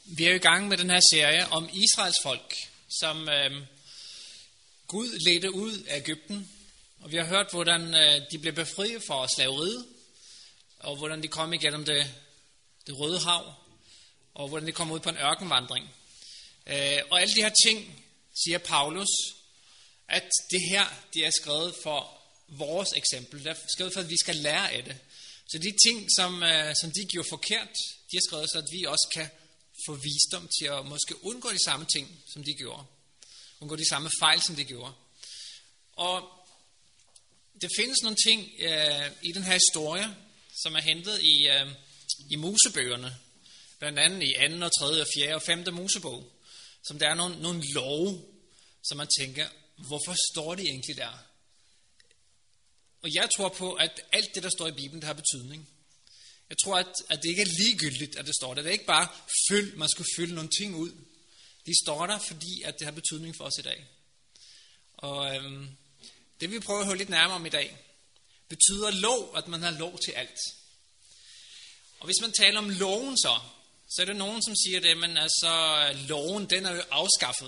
Vi er jo i gang med den her serie om Israels folk, som Gud ledte ud af Egypten. Og vi har hørt, hvordan de blev befriet fra slaveriet, og hvordan de kom igennem det Røde Hav, og hvordan de kom ud på en ørkenvandring. Og alle de her ting, siger Paulus, at det her, de er skrevet for vores eksempel. Det er skrevet for, at vi skal lære af det. Så de ting, som de gjorde forkert, de er skrevet så, at vi også kan få visdom til at måske undgå de samme ting, som de gjorde. Undgå de samme fejl, som de gjorde. Og det findes nogle ting i den her historie, som er hentet i Mosebøgerne. Blandt andet i 2., 3., 4. og 5. Mosebog. Som der er nogle love, som man tænker, hvorfor står det egentlig der? Og jeg tror på, at alt det, der står i Bibelen, det har betydning. Jeg tror, at det ikke er ligegyldigt, at det står der. Det er ikke bare man skulle fylde nogle ting ud. De står der, fordi at det har betydning for os i dag. Og det vil vi prøve at høre lidt nærmere om i dag. Betyder lov, at man har lov til alt? Og hvis man taler om loven så er det nogen, som siger det, men altså loven, den er jo afskaffet.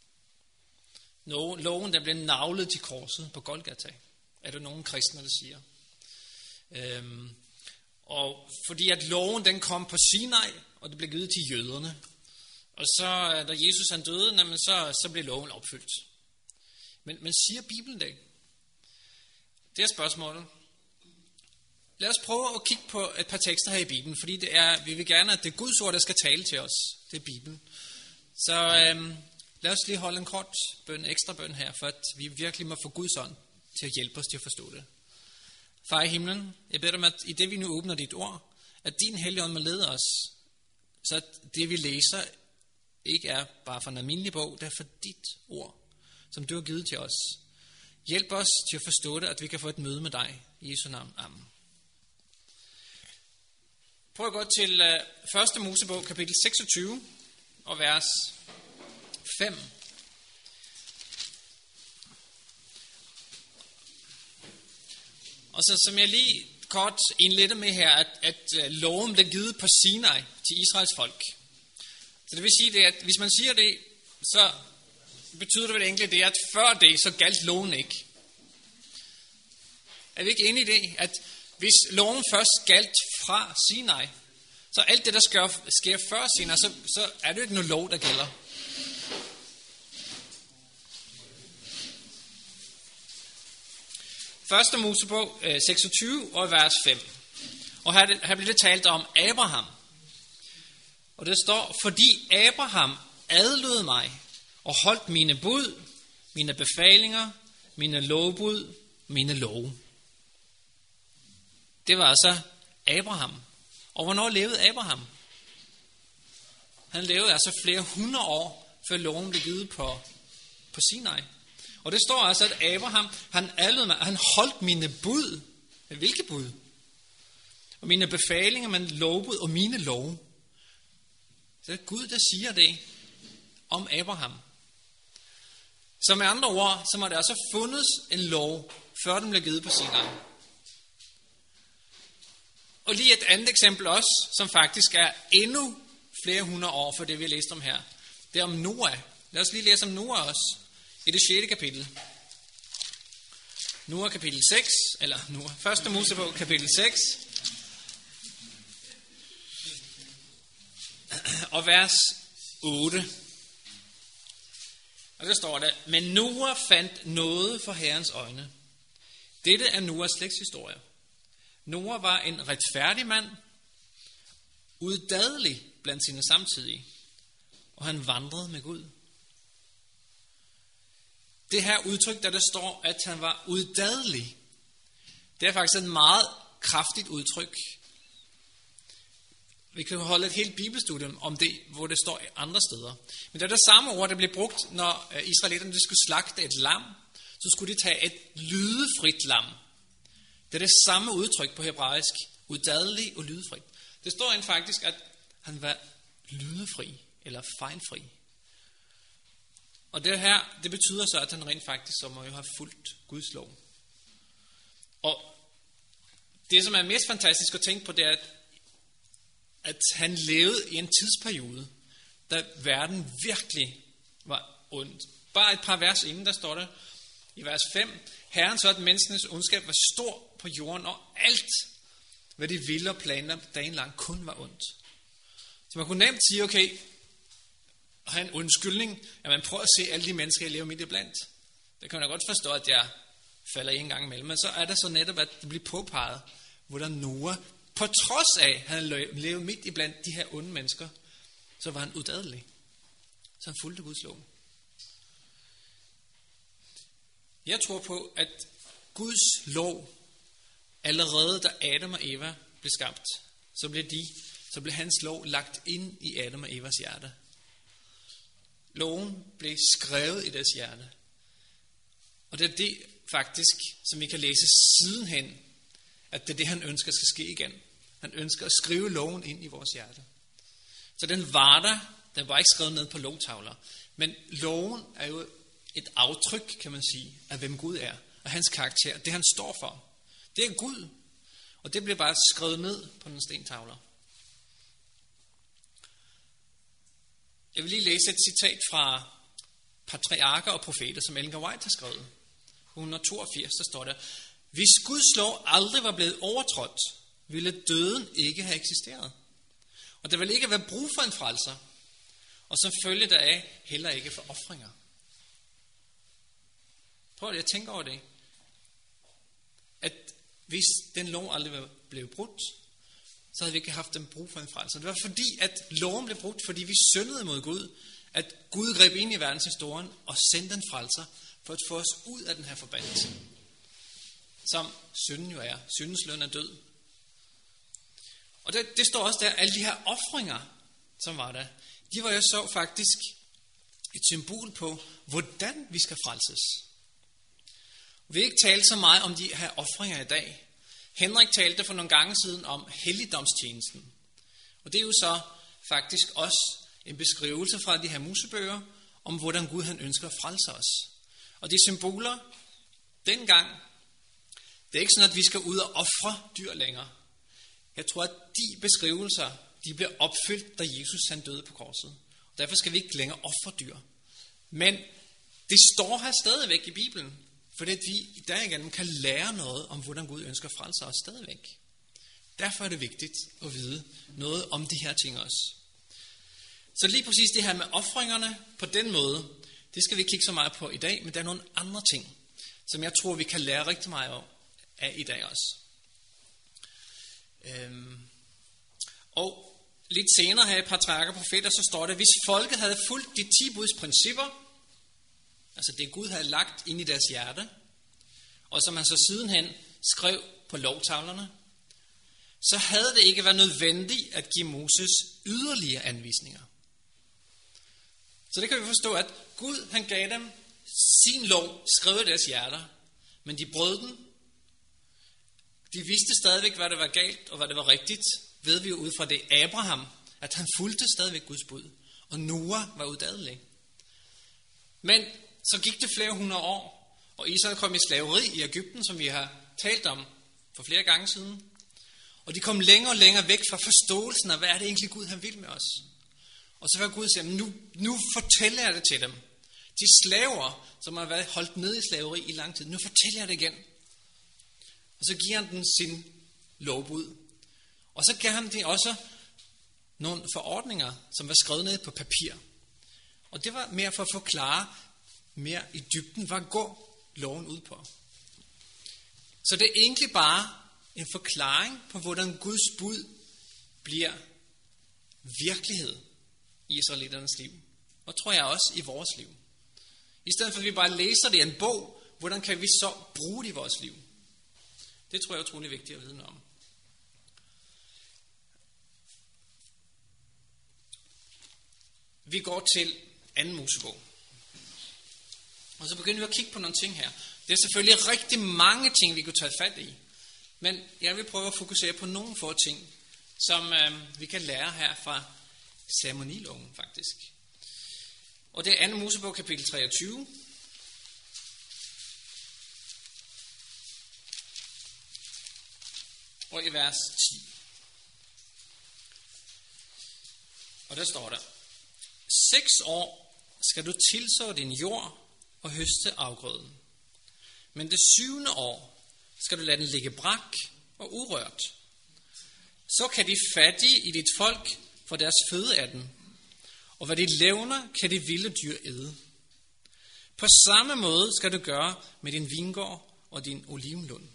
Loven, den blev naglet til korset på Golgata. Er der nogen kristne, der siger. Og fordi at loven, den kom på Sinai, og det blev givet til jøderne. Og så, da Jesus han døde, så blev loven opfyldt. Men siger Bibelen det? Det er spørgsmålet. Lad os prøve at kigge på et par tekster her i Bibelen, fordi vi vil gerne, at det er Guds ord, der skal tale til os. Det er Bibelen. Så lad os lige holde en kort ekstra bøn her, for at vi virkelig må få Guds ånd til at hjælpe os til at forstå det. Far i himlen, jeg beder dig, at i det vi nu åbner dit ord, at din hellige ånd må lede os, så at det vi læser ikke er bare for en almindelig bog, det er for dit ord, som du har givet til os. Hjælp os til at forstå det, at vi kan få et møde med dig. I Jesu navn. Amen. Prøv at gå til 1. Mosebog, kapitel 26 og vers 5. Og så som jeg lige kort indledte med her, at loven blev givet på Sinai til Israels folk. Så det vil sige, det, at hvis man siger det, så betyder det vel egentlig det, at før det, så galt loven ikke. Er vi ikke enige i det, at hvis loven først galt fra Sinai, så alt det, der sker før Sinai, så er det ikke noget lov, der gælder. Første Mosebog 26 og vers 5. Og her bliver det talt om Abraham. Og det står, fordi Abraham adlød mig og holdt mine bud, mine befalinger, mine lovbud, mine love. Det var altså Abraham. Og hvornår levede Abraham? Han levede altså flere 100 år, før loven blev givet på Sinai. Og det står altså, at Abraham, han adlød mig, han holdt mine bud. Hvilke bud? Og mine befalinger, mine lovbud og mine love. Så det er Gud, der siger det om Abraham. Så med andre ord, så må der altså fundes en lov, før den blev givet på Sinai. Og lige et andet eksempel også, som faktisk er endnu flere 100 år for det, vi har læst om her. Det er om Noah. Lad os lige læse om Noah også. I det 6. kapitel. Noah kapitel 6, eller Noah, 1. Mosebog kapitel 6. Og vers 8. Og der står der, men Noah fandt noget for Herrens øjne. Dette er Noahs slægtshistorie. Noah var en retfærdig mand, uddadelig blandt sine samtidige, og han vandrede med Gud. Det her udtryk, der står, at han var uddadelig, det er faktisk et meget kraftigt udtryk. Vi kan holde et helt bibelstudium om det, hvor det står andre steder. Men det er det samme ord, der blev brugt, når israelitterne skulle slagte et lam, så skulle de tage et lydefrit lam. Det er det samme udtryk på hebraisk, uddadelig og lydefri. Det står ind faktisk, at han var lydefri eller fejlfri. Og det her, det betyder så, at han rent faktisk så må jo have fulgt Guds lov. Og det, som er mest fantastisk at tænke på, det er, at han levede i en tidsperiode, da verden virkelig var ondt. Bare et par vers inden, der står der i vers 5, Herren så, at menneskenes ondskab var stor på jorden, og alt, hvad de ville og planlagde dagen lang, kun var ondt. Så man kunne nemt sige, okay, og have en undskyldning, at man prøver at se alle de mennesker, jeg lever midt i blandt. Det kan man da godt forstå, at jeg falder i en gang imellem. Men så er det så netop, at det bliver påpeget, hvordan Noah, på trods af, at han levede midt i blandt de her onde mennesker, så var han udadelig. Så han fulgte Guds lov. Jeg tror på, at Guds lov, allerede da Adam og Eva blev skabt, så blev hans lov lagt ind i Adam og Evas hjerte. Loven blev skrevet i deres hjerte. Og det er det faktisk, som vi kan læse sidenhen, at det er det, han ønsker skal ske igen. Han ønsker at skrive loven ind i vores hjerte. Så den var der, den var ikke skrevet ned på lovtavler. Men loven er jo et aftryk, kan man sige, af hvem Gud er, og hans karakter, det han står for. Det er Gud, og det bliver bare skrevet ned på nogle stentavler. Jeg vil lige læse et citat fra Patriarker og Profeter, som Ellen G. White har skrevet. 182, der står der: Hvis Guds lov aldrig var blevet overtrådt, ville døden ikke have eksisteret. Og der ville ikke være brug for en frelser, og som følge deraf heller ikke for ofringer. Prøv at tænke over det. At hvis den lov aldrig var blevet brudt, så havde vi ikke haft den brug for en frelser. Det var fordi, at loven blev brudt, fordi vi syndede mod Gud, at Gud greb ind i verdenshistorien og sendte en frelser for at få os ud af den her forbandelse, som synden jo er. Syndens løn er død. Og det står også der, alle de her ofringer, som var der, de var jo så faktisk et symbol på, hvordan vi skal frelses. Vi vil ikke tale så meget om de her ofringer i dag. Henrik talte for nogle gange siden om helligdomstjenesten. Og det er jo så faktisk også en beskrivelse fra de her Mosebøger, om hvordan Gud han ønsker at frelse os. Og de symboler, dengang, det er ikke sådan, at vi skal ud og ofre dyr længere. Jeg tror, at de beskrivelser, de bliver opfyldt, da Jesus han døde på korset. Og derfor skal vi ikke længere ofre dyr. Men det står her stadigvæk i Bibelen, fordi at vi derigennem kan lære noget om, hvordan Gud ønsker at frelse os stadigvæk. Derfor er det vigtigt at vide noget om de her ting også. Så lige præcis det her med ofringerne på den måde, det skal vi kigge så meget på i dag, men der er nogle andre ting, som jeg tror, vi kan lære rigtig meget af i dag også. Og lidt senere her i Patriarker og Profeter, så står det, hvis folket havde fulgt de 10 buds principper, altså det Gud havde lagt ind i deres hjerte, og som han så sidenhen skrev på lovtavlerne, så havde det ikke været nødvendigt at give Moses yderligere anvisninger. Så det kan vi forstå, at Gud han gav dem sin lov, skrevet i deres hjerter, men de brød den. De vidste stadigvæk, hvad det var galt og hvad det var rigtigt, ved vi jo ud fra det Abraham, at han fulgte stadigvæk Guds bud, og Noah var udadelig. Men så gik det flere hundrede år, og Israel kom i slaveri i Egypten, som vi har talt om for flere gange siden. Og de kom længere og længere væk fra forståelsen af, hvad er det egentlig Gud han vil med os. Og så var Gud siger, nu fortæller jeg det til dem. De slaver, som har været holdt nede i slaveri i lang tid, nu fortæller jeg det igen. Og så giver han den sin lovbud. Og så gav han det også nogle forordninger, som var skrevet ned på papir. Og det var mere for at forklare mere i dybden, hvad går loven ud på. Så det er egentlig bare en forklaring på, hvordan Guds bud bliver virkelighed i israeliternes liv. Og tror jeg også i vores liv. I stedet for at vi bare læser det i en bog, hvordan kan vi så bruge det i vores liv? Det tror jeg er utrolig vigtigt at vide om. Vi går til 2. Mosebog. Og så begynder vi at kigge på nogle ting her. Det er selvfølgelig rigtig mange ting, vi kunne tage fat i. Men jeg vil prøve at fokusere på nogle få ting, som vi kan lære her fra ceremoniloven faktisk. Og det er 2. Mosebog kapitel 23. Og i vers 10. Og der står der: 6 år skal du tilså din jord og høste afgrøden. Men det 7. år skal du lade den ligge brak og urørt. Så kan de fattige i dit folk få deres føde af den, og hvad de levner, kan de vilde dyr æde. På samme måde skal du gøre med din vingård og din olivenlund.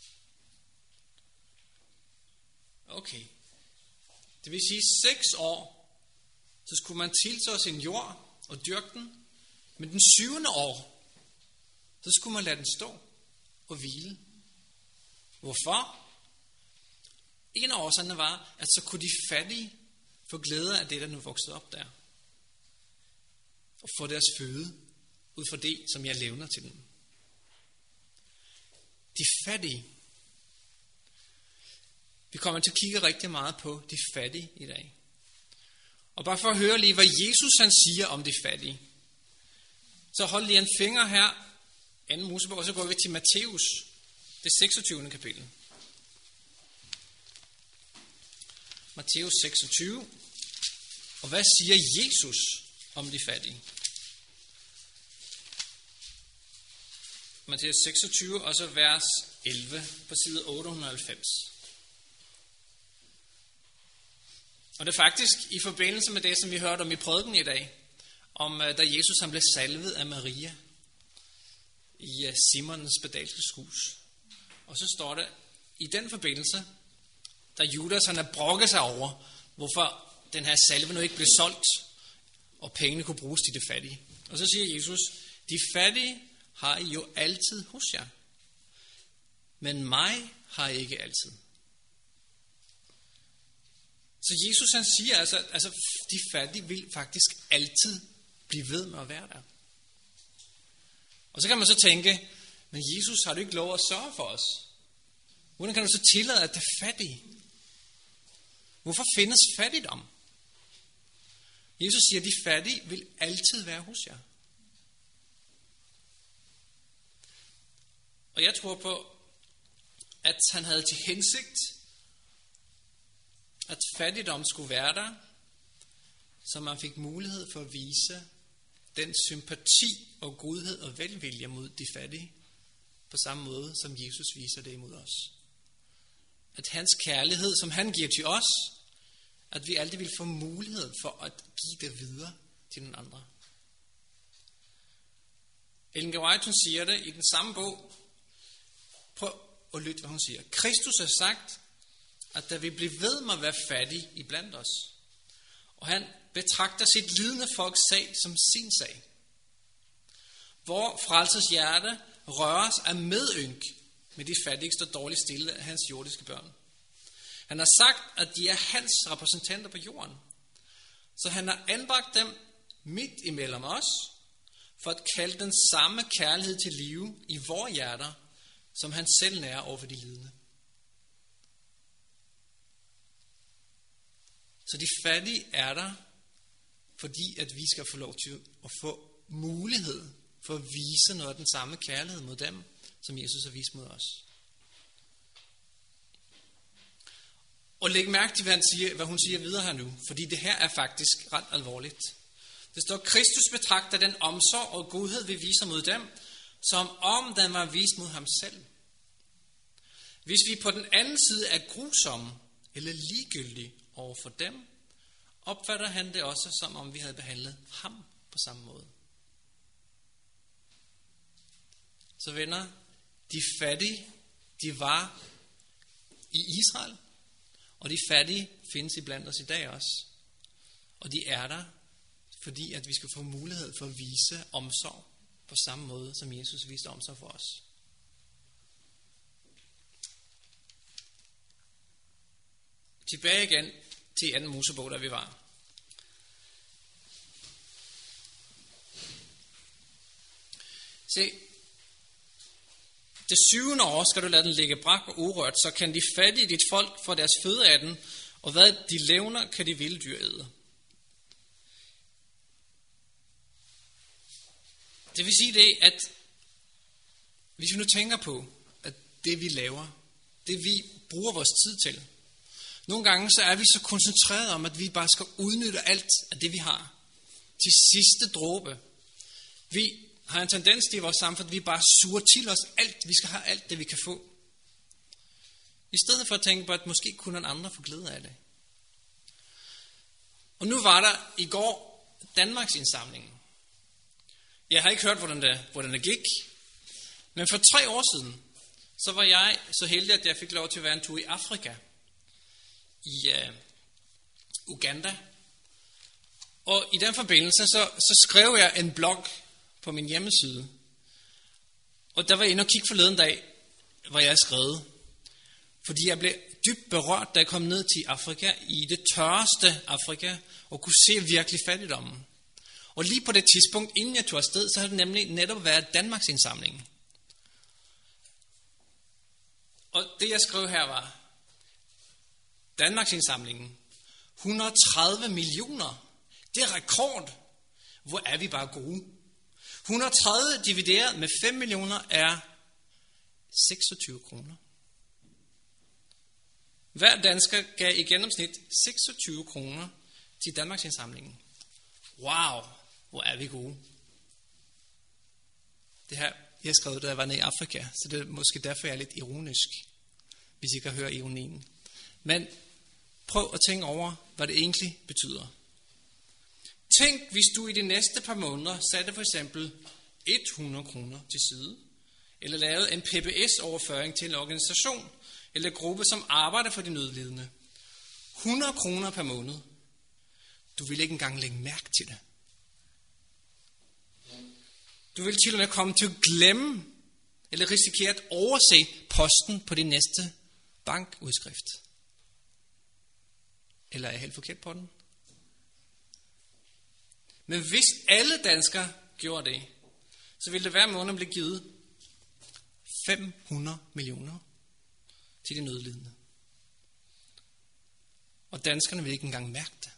Okay. Det vil sige 6 år, så skulle man tilså sin jord og dyrke den. Men den 7. år, så skulle man lade den stå og hvile. Hvorfor? En af årsagerne var, at så kunne de fattige få glæde af det, der nu voksede op der. Og få deres føde ud fra det, som jeg levner til dem. De fattige. Vi kommer til at kigge rigtig meget på de fattige i dag. Og bare for at høre lige, hvad Jesus han siger om de fattige. Så hold lige en finger her, 2. Mosebog, og så går vi til Matthæus, det 26. kapitel. Matthæus 26. Og hvad siger Jesus om de fattige? Matthæus 26, og så vers 11 på side 890. Og det er faktisk i forbindelse med det, som vi hørte om i prædiken i dag, om da Jesus han blev salvet af Maria i Simons spedalskes hus. Og så står det i den forbindelse, da Judas han har brokket sig over, hvorfor den her salve nu ikke blev solgt, og pengene kunne bruges til de fattige. Og så siger Jesus, de fattige har I jo altid hos jer, men mig har I ikke altid. Så Jesus han siger altså de fattige vil faktisk altid blive ved med at være der. Og så kan man så tænke, men Jesus, har du ikke lov at sørge for os? Hvordan kan du så tillade, at det er fattige? Hvorfor findes fattigdom? Jesus siger, at de fattige vil altid være hos jer. Og jeg tror på, at han havde til hensigt, at fattigdom skulle være der, så man fik mulighed for at vise den sympati og godhed og velvilje mod de fattige, på samme måde som Jesus viser det imod os. At hans kærlighed, som han giver til os, at vi altid vil få mulighed for at give det videre til den andre. Ellen G. White, hun siger det i den samme bog. Prøv at lytte, hvad hun siger. Kristus har sagt, at der vil blive ved med at være fattig iblandt os. Og han betragter sit lidende folks sag som sin sag. Hvor frelsers hjerte røres af medynk med de fattigste og dårligt stille af hans jordiske børn. Han har sagt, at de er hans repræsentanter på jorden. Så han har anbragt dem midt imellem os, for at kalde den samme kærlighed til live i vores hjerter, som han selv nærer over for de lidende. Så de fattige er der, fordi at vi skal få lov til at få mulighed for at vise noget af den samme kærlighed mod dem, som Jesus har vist mod os. Og læg mærke til, hvad hun siger videre her nu, fordi det her er faktisk ret alvorligt. Det står, Kristus betragter den omsorg og godhed, vi viser mod dem, som om den var vist mod ham selv. Hvis vi på den anden side er grusomme eller ligegyldige over for dem, opfatter han det også, som om vi havde behandlet ham på samme måde. Så venner, de fattige, de var i Israel, og de fattige findes iblandt os i dag også. Og de er der, fordi at vi skal få mulighed for at vise omsorg på samme måde, som Jesus viste omsorg for os. Tilbage igen til 2. Mosebog, der vi var. Se, det 7. år skal du lade den ligge brak og urørt, så kan de fattige dit folk få deres føde af den, og hvad de levner, kan de vilde dyr æde. Det vil sige det, at hvis vi nu tænker på, at det vi laver, det vi bruger vores tid til, nogle gange så er vi så koncentreret om, at vi bare skal udnytte alt af det vi har. til sidste dråbe. Vi har en tendens til i vores samfund, at vi bare suger til os alt. Vi skal have alt det, vi kan få. I stedet for at tænke på, at måske kunne nogle andre få glæde af det. Og nu var der i går Danmarks indsamlingen. Jeg har ikke hørt, hvordan det gik. Men for 3 år siden, så var jeg så heldig, at jeg fik lov til at være en tur i Afrika. I Uganda. Og i den forbindelse, så skrev jeg en blog på min hjemmeside. Og der var jeg inde og kigge forleden dag, hvor jeg skrev. Fordi jeg blev dybt berørt, da jeg kom ned til Afrika, i det tørreste Afrika, og kunne se virkelig fattigdommen. Og lige på det tidspunkt, inden jeg tog afsted, så havde det nemlig netop været Danmarks indsamling. Og det jeg skrev her var, Danmarks indsamlingen, 130 millioner, det er rekord. Hvor er vi bare gode. 130 divideret med 5 millioner er 26 kroner. Hver dansker gav i gennemsnit 26 kroner til Danmarks indsamlingen. Wow, hvor er vi gode. Det her, jeg skrev, da jeg var nede i Afrika, så det er måske derfor, jeg er lidt ironisk, hvis I kan høre ironien. Men prøv at tænke over, hvad det egentlig betyder. Tænk, hvis du i de næste par måneder satte for eksempel 100 kroner til side, eller lavede en PBS-overføring til en organisation, eller gruppe, som arbejder for de nødlidende. 100 kroner per måned. Du vil ikke engang lægge mærke til det. Du vil til og med komme til at glemme, eller risikere at overse posten på din næste bankudskrift. Eller er jeg helt forkert på den? Men hvis alle danskere gjorde det, så ville det hver måned blive givet 500 millioner til de nødlidende. Og danskerne vil ikke engang mærke det.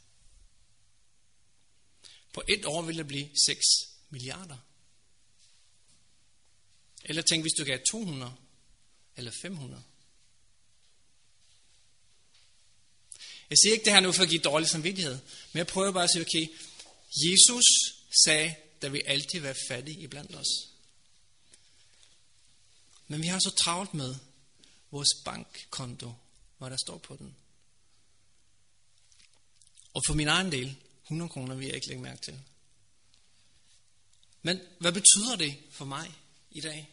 På 1 år vil det blive 6 milliarder. Eller tænk, hvis du gav 200 eller 500. Jeg siger ikke det her nu for at give dårlig samvittighed, men jeg prøver bare at sige, okay, Jesus sagde, der vil altid være fattige iblandt os. Men vi har så travlt med vores bankkonto, hvad der står på den. Og for min egen del, 100 kroner vil jeg ikke lægge mærke til. Men hvad betyder det for mig i dag?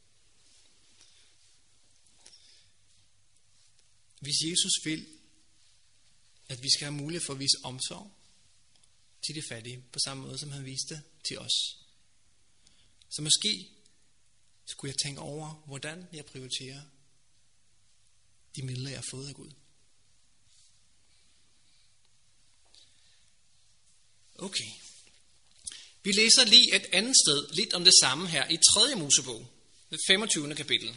Hvis Jesus vil, at vi skal have mulighed for at vise omsorg til de fattige, på samme måde som han viste til os. Så måske skulle jeg tænke over, hvordan jeg prioriterer de midler, jeg har fået af Gud. Okay. Vi læser lige et andet sted, lidt om det samme her, i 3. Mosebog, det 25. kapitel.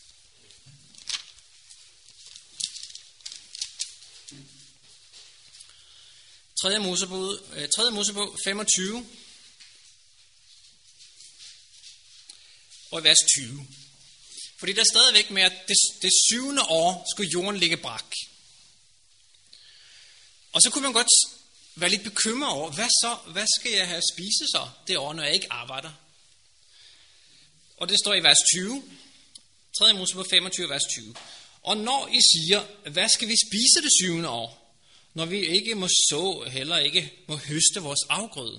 Tredje Mosebog 25 og vers 20. Fordi der er stadigvæk med, at det 7. år skulle jorden ligge brak. Og så kunne man godt være lidt bekymret over, hvad skal jeg have at spise så det år, når jeg ikke arbejder? Og det står i vers 20. 3. Mosebog 25, vers 20. Og når I siger, hvad skal vi spise det 7. år? Når vi ikke må så, heller ikke må høste vores afgrøde.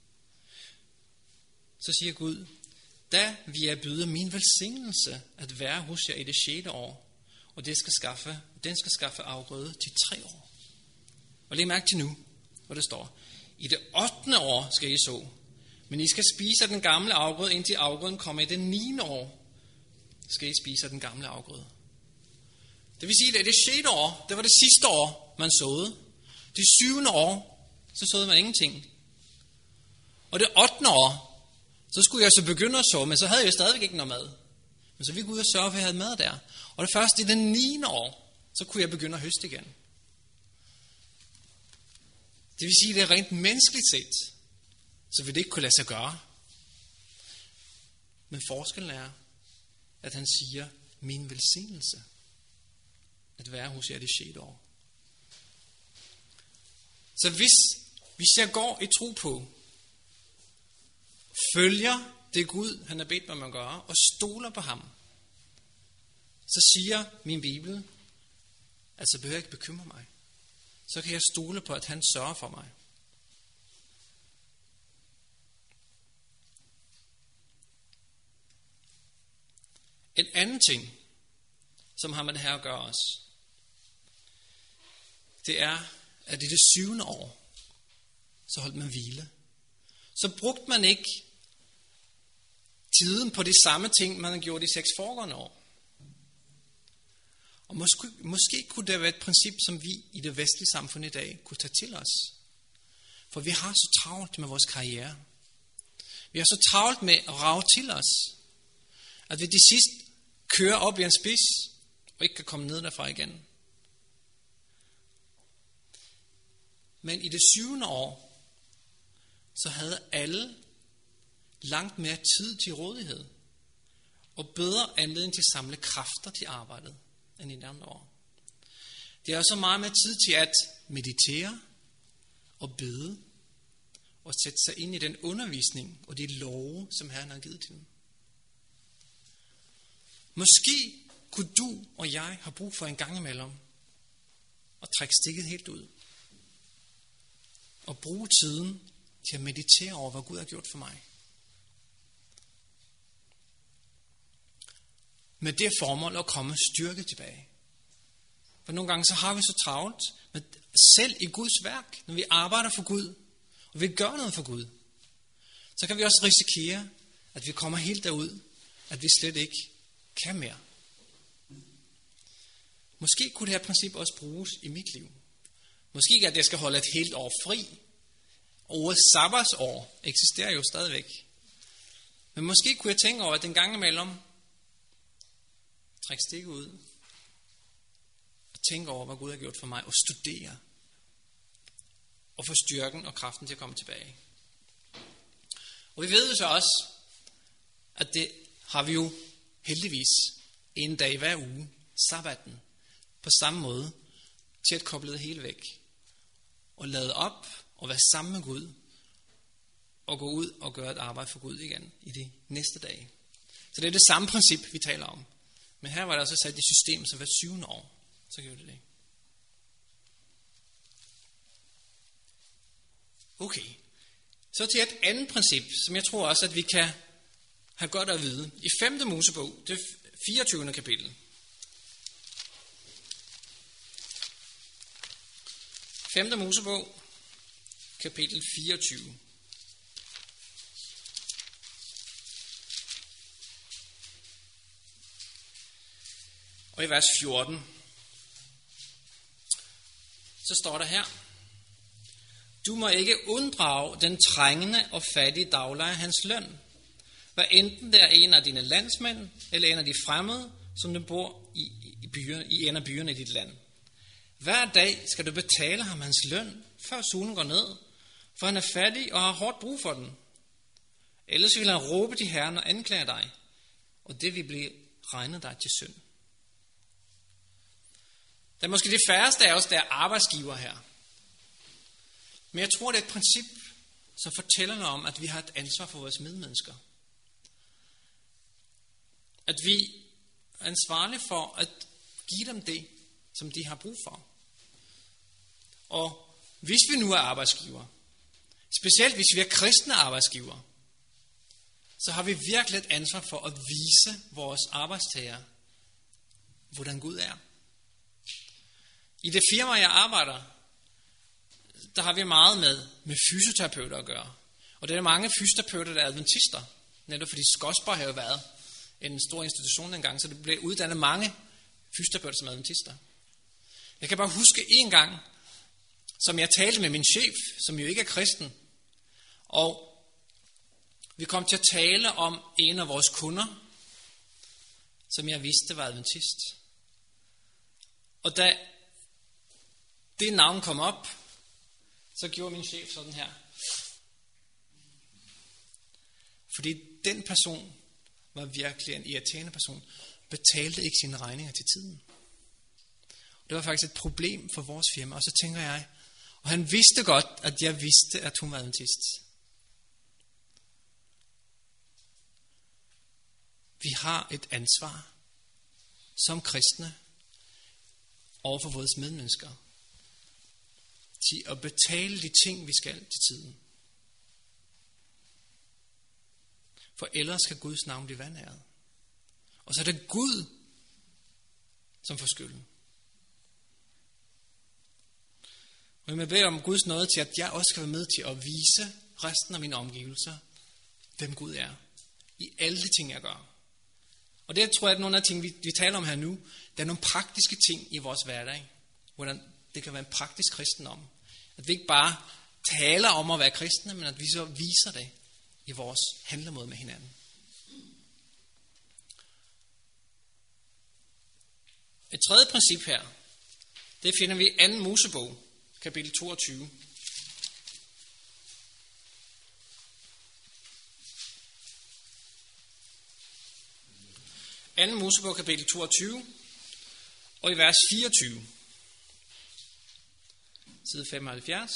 Så siger Gud, da vil jeg byde min velsignelse at være hos jer i det 6. år, og den skal skaffe afgrøde til 3 år. Og læg mærke til nu, hvor det står, i det 8. år skal I så, men I skal spise af den gamle afgrøde, indtil afgrøden kommer i det 9. år, skal I spise af den gamle afgrøde. Det vil sige, at det 6. år, det var det sidste år, man såede. Det 7. år, så såede man ingenting. Og det 8. år, så skulle jeg så begynde at så, men så havde jeg stadigvæk ikke noget mad. Men så vi gik ud og sørge for, at jeg havde mad der. Og det første i det 9. år, så kunne jeg begynde at høste igen. Det vil sige, at det er rent menneskeligt set, så vil det ikke kunne lade sig gøre. Men forskellen er, at han siger, min velsignelse, at være hos jer det 6. år. Så hvis jeg går i tro på, følger det Gud, han har bedt mig om at gøre, og stoler på ham, så siger min Bibel, at så behøver jeg ikke bekymre mig. Så kan jeg stole på, at han sørger for mig. En anden ting, som har med det her at gøre også, det er, at i det 7. år, så holdt man hvile. Så brugte man ikke tiden på de samme ting, man har gjort de 6 foregående år. Og måske kunne det være et princip, som vi i det vestlige samfund i dag kunne tage til os. For vi har så travlt med vores karriere. Vi har så travlt med at rage til os, at vi de sidst kører op i en spids, og ikke kan komme ned derfra igen. Men i det 7. år, så havde alle langt mere tid til rådighed, og bedre anledning til at samle kræfter til arbejdet end i de andre år. Det er også meget mere tid til at meditere og bede, og sætte sig ind i den undervisning og de love, som Herren har givet til dem. Måske kunne du og jeg have brug for en gang imellem at trække stikket helt ud. Og bruge tiden til at meditere over, hvad Gud har gjort for mig. Med det formål at komme styrket tilbage. For nogle gange så har vi så travlt, men selv i Guds værk, når vi arbejder for Gud, og vi gør noget for Gud, så kan vi også risikere, at vi kommer helt derud, at vi slet ikke kan mere. Måske kunne det her princip også bruges i mit liv. Måske ikke, at jeg skal holde et helt år fri. Ordet sabbatsår eksisterer jo stadigvæk. Men måske kunne jeg tænke over, at en gang imellem trække stikket ud og tænke over, hvad Gud har gjort for mig, og studere og få styrken og kraften til at komme tilbage. Og vi ved jo så også, at det har vi jo heldigvis en dag hver uge, sabbaten, på samme måde, til at koble det hele væk og lade op og være sammen med Gud og gå ud og gøre et arbejde for Gud igen i de næste dage. Så det er det samme princip, vi taler om. Men her var der også sat i system, så hver 7. år, så gjorde det. Okay, så til et andet princip, som jeg tror også, at vi kan have godt at vide. I 5. Mosebog, det 24. kapitel. 5. Mosebog, kapitel 24. Og i vers 14, så står der her: Du må ikke unddrage den trængende og fattige daglejer hans løn, hvad enten det er en af dine landsmænd, eller en af de fremmede, som der bor i en af byerne i dit land. Hver dag skal du betale ham hans løn, før solen går ned, for han er fattig og har hårdt brug for den. Ellers vil han råbe til Herren og anklage dig, og det vil blive regnet dig til synd. Der er måske det færreste af os, der er arbejdsgiver her. Men jeg tror, det er et princip, som fortæller noget om, at vi har et ansvar for vores medmennesker. At vi er ansvarlige for at give dem det, som de har brug for. Og hvis vi nu er arbejdsgiver, specielt hvis vi er kristne arbejdsgiver, så har vi virkelig et ansvar for at vise vores arbejdstagere, hvordan Gud er. I det firma, jeg arbejder, der har vi meget med fysioterapeuter at gøre. Og det er mange fysioterapeuter, der er adventister. Netop fordi Skodsborg har jo været en stor institution engang, så det blev uddannet mange fysioterapeuter som adventister. Jeg kan bare huske en gang, som jeg talte med min chef, som jo ikke er kristen. Og vi kom til at tale om en af vores kunder, som jeg vidste var adventist. Og da det navn kom op, så gjorde min chef sådan her. Fordi den person var virkelig en irriterende person, betalte ikke sine regninger til tiden. Det var faktisk et problem for vores firma, og så tænker jeg, og han vidste godt, at jeg vidste, at hun var adventist. Vi har et ansvar som kristne over for vores medmennesker til at betale de ting, vi skal til tiden. For ellers skal Guds navn blive vanæret. Og så er det Gud, som får skylden. Og jeg beder om Guds nåde til, at jeg også skal være med til at vise resten af mine omgivelser, hvem Gud er. I alle de ting, jeg gør. Og det tror jeg, at nogle af de ting, vi taler om her nu, der er nogle praktiske ting i vores hverdag. Hvordan det kan være en praktisk kristendom. At vi ikke bare taler om at være kristne, men at vi så viser det i vores handlemåde med hinanden. Et tredje princip her, det finder vi i 2. Mosebog, kapitel 22. Anden Mosebog, kapitel 22, og i vers 24, side 75.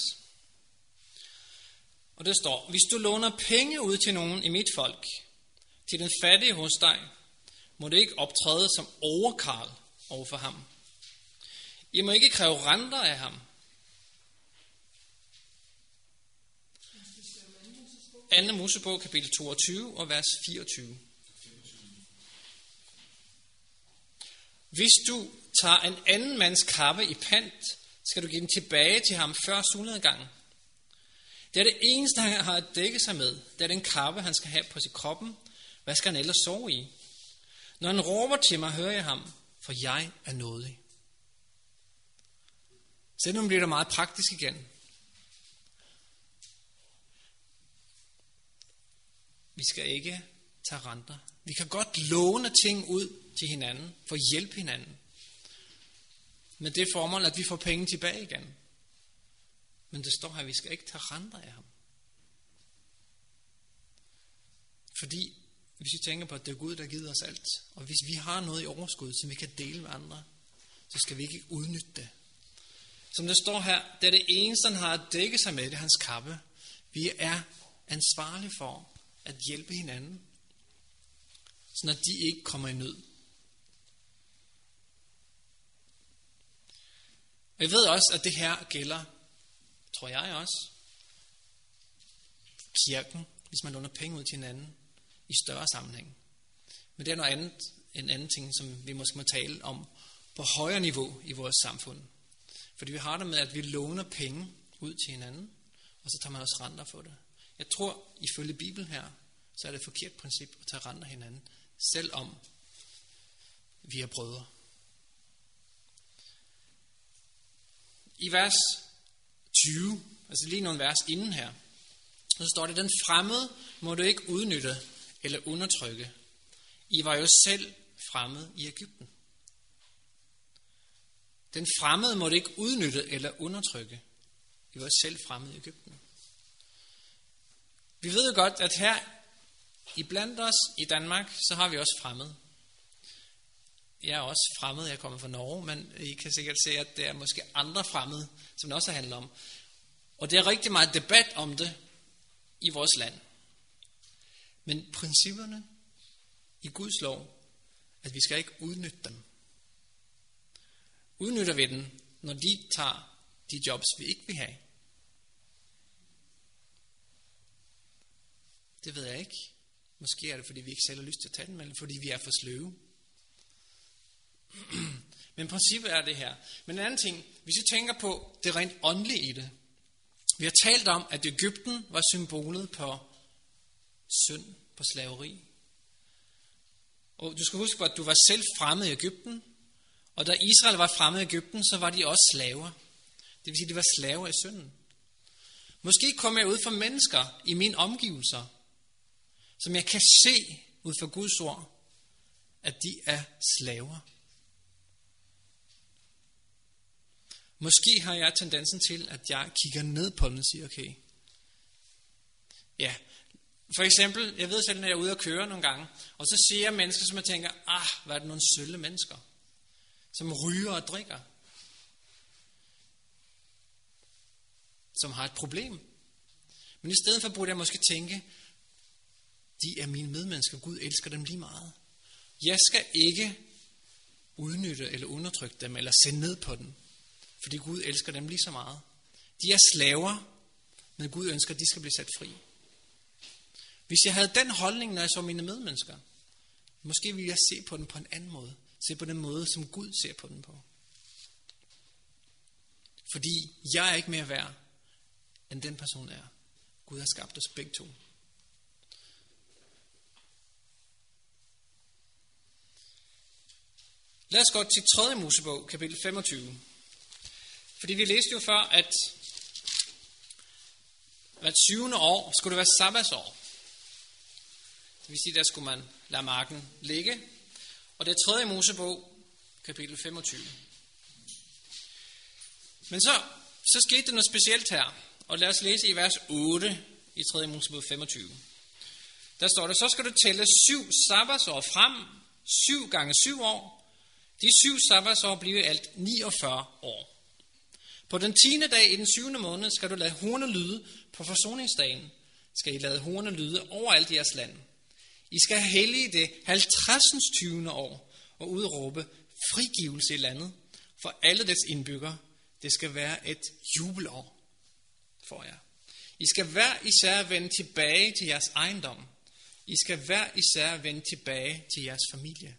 Og der står, hvis du låner penge ud til nogen i mit folk, til den fattige hos dig, må det ikke optræde som overkarl overfor ham. I må ikke kræve renter af ham. 2. Mosebog, kapitel 22, og vers 24. Hvis du tager en anden mands kappe i pant, skal du give den tilbage til ham før solnedgangen. Det er det eneste, han har at dække sig med. Det er den kappe, han skal have på sin kroppen. Hvad skal han ellers sove i? Når han råber til mig, hører jeg ham, for jeg er nådig. Så nu bliver det meget praktisk igen. Vi skal ikke tage renter. Vi kan godt låne ting ud til hinanden, for at hjælpe hinanden. Med det formål, at vi får penge tilbage igen. Men det står her, at vi skal ikke tage renter af ham. Fordi, hvis vi tænker på, at det er Gud, der giver os alt, og hvis vi har noget i overskud, som vi kan dele med andre, så skal vi ikke udnytte det. Som det står her, det er det eneste, han har at dække sig med, det er hans kappe. Vi er ansvarlige for at hjælpe hinanden, så at de ikke kommer i nød. Og jeg ved også, at det her gælder, tror jeg også, kirken, hvis man låner penge ud til hinanden i større sammenhæng. Men det er noget andet, en anden ting, som vi måske må tale om på højere niveau i vores samfund. Fordi vi har det med, at vi låner penge ud til hinanden, og så tager man også renter for det. Jeg tror, ifølge Bibelen her, så er det et forkert princip at tage renter hinanden, selvom vi er brødre. I vers 20, altså lige nogle vers inden her, så står det, den fremmede må du ikke udnytte eller undertrykke. I var jo selv fremmede i Egypten. Den fremmede må du ikke udnytte eller undertrykke. I var selv fremmede i Egypten. Vi ved jo godt, at her iblandt os i Danmark, så har vi også fremmede. Jeg er også fremmed, jeg kommer fra Norge, men I kan sikkert se, at det er måske andre fremmede, som det også handler om. Og det er rigtig meget debat om det i vores land. Men principperne i Guds lov, at vi skal ikke udnytte dem. Udnytter vi den, når de tager de jobs, vi ikke vil have? Det ved jeg ikke. Måske er det, fordi vi ikke selv har lyst til at tage den, eller fordi vi er for sløve. Men princippet er det her. Men en anden ting, hvis vi tænker på det rent åndelige i det. Vi har talt om, at Egypten var symbolet på synd, på slaveri. Og du skal huske på, at du var selv fremmed i Egypten. Og da Israel var fremmed i Egypten, så var de også slaver. Det vil sige, at de var slaver i synden. Måske kommer jeg ud for mennesker i mine omgivelser, som jeg kan se ud fra Guds ord, at de er slaver. Måske har jeg tendensen til, at jeg kigger ned på dem og siger, okay, ja, for eksempel, jeg ved selv, når jeg er ude at køre nogle gange, og så ser jeg mennesker, som jeg tænker, hvad er det nogle sølle mennesker, som ryger og drikker, som har et problem. Men i stedet for burde jeg måske tænke, de er mine medmennesker, Gud elsker dem lige meget. jeg skal ikke udnytte eller undertrykke dem, eller se ned på dem, fordi Gud elsker dem lige så meget. De er slaver, men Gud ønsker, at de skal blive sat fri. Hvis jeg havde den holdning, når jeg så mine medmennesker, måske ville jeg se på dem på en anden måde. Se på den måde, som Gud ser på dem på. Fordi jeg er ikke mere værd, end den person er. Gud har skabt os begge to. Lad os gå til 3. Mosebog, kapitel 25. Fordi vi læste jo før, at hvert 7. år skulle det være sabbatsår. Det vil sige, der skulle man lade marken ligge. Og det er 3. Mosebog, kapitel 25. Men så skete der noget specielt her. Og lad os læse i vers 8 i 3. Mosebog 25. Der står der, så skal du tælle 7 sabbatsår frem, 7 gange 7 år. De 7 sabbatsår bliver i alt 49 år. På den 10. dag i den 7. måned skal du lade hornet lyde. På forsoningsdagen skal I lade hornet lyde overalt i jeres land. I skal hellige det 50. 20. år og udråbe frigivelse i landet for alle dets indbyggere. Det skal være et jubelår for jer. I skal hver især vende tilbage til jeres ejendom. I skal hver især vende tilbage til jeres familie.